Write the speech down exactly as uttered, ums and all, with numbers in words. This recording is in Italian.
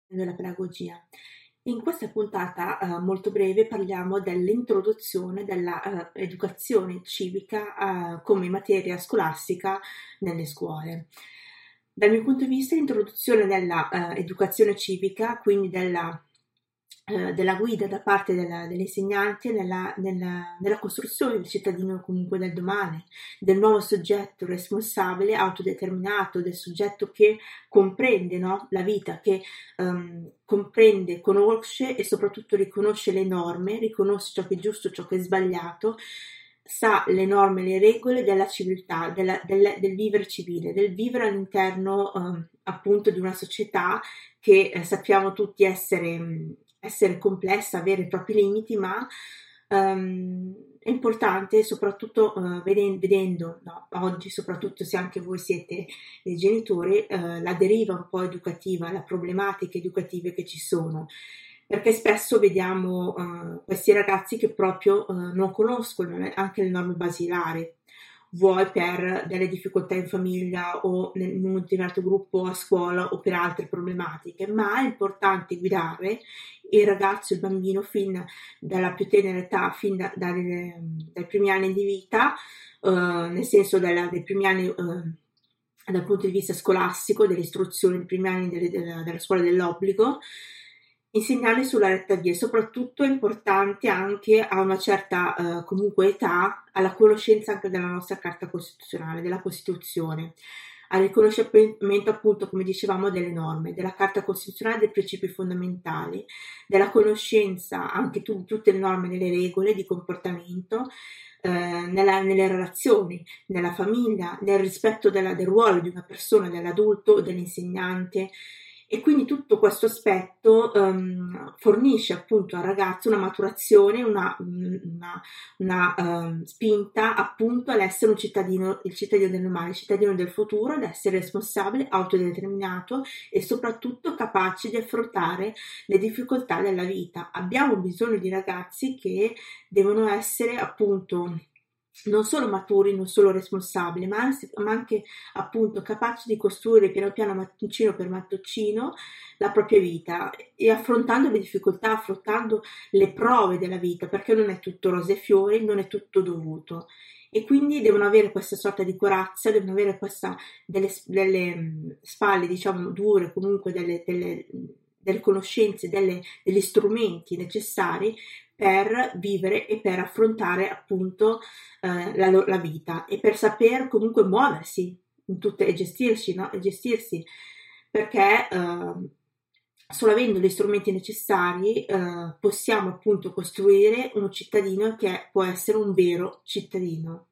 della pedagogia. In questa puntata eh, molto breve parliamo dell'introduzione della eh, educazione civica eh, come materia scolastica nelle scuole. Dal mio punto di vista, l'introduzione della eh, educazione civica, quindi della eh, della guida da parte della, dell'insegnante nella, nella, nella costruzione del cittadino comunque del domani, del nuovo soggetto responsabile, autodeterminato, del soggetto che comprende, no, la vita, che um, comprende, conosce e soprattutto riconosce le norme, riconosce ciò che è giusto, ciò che è sbagliato, sa le norme, le regole della civiltà, della, del, del vivere civile, del vivere all'interno um, appunto di una società che eh, sappiamo tutti essere, essere complessa, avere i propri limiti, ma um, è importante soprattutto uh, vedendo, vedendo no, oggi, soprattutto se anche voi siete dei genitori, uh, la deriva un po' educativa, le problematiche educative che ci sono. Perché spesso vediamo uh, questi ragazzi che proprio uh, non conoscono anche le norme basilari, vuoi per delle difficoltà in famiglia o in un determinato gruppo a scuola o per altre problematiche, ma è importante guidare il ragazzo, il bambino, fin dalla più tenera età, fin da, dalle, dai primi anni di vita, uh, nel senso della, dei primi anni uh, dal punto di vista scolastico, dell'istruzione, dei primi anni delle, della, della scuola dell'obbligo, insegnarli sulla retta via. Soprattutto è importante anche a una certa eh, comunque età alla conoscenza anche della nostra carta costituzionale, della Costituzione, al riconoscimento appunto, come dicevamo, delle norme, della carta costituzionale, dei principi fondamentali, della conoscenza anche tu, tutte le norme, delle regole di comportamento eh, nella, nelle relazioni, nella famiglia, nel rispetto della, del ruolo di una persona, dell'adulto, dell'insegnante. E quindi tutto questo aspetto um, fornisce appunto al ragazzo una maturazione, una, una, una um, spinta appunto all'essere un cittadino, il cittadino del domani, il cittadino del futuro, ad essere responsabile, autodeterminato e soprattutto capace di affrontare le difficoltà della vita. Abbiamo bisogno di ragazzi che devono essere appunto non solo maturi, non solo responsabili, ma anche, ma anche appunto capaci di costruire piano piano mattoncino per mattoncino la propria vita e affrontando le difficoltà, affrontando le prove della vita, perché non è tutto rose e fiori, non è tutto dovuto. E quindi devono avere questa sorta di corazza, devono avere questa, delle, delle spalle, diciamo, dure, comunque delle, delle, delle conoscenze, delle, degli strumenti necessari per vivere e per affrontare appunto eh, la, la vita e per saper comunque muoversi in tutte, e gestirsi, no? E gestirsi perché eh, solo avendo gli strumenti necessari eh, possiamo appunto costruire un cittadino che può essere un vero cittadino.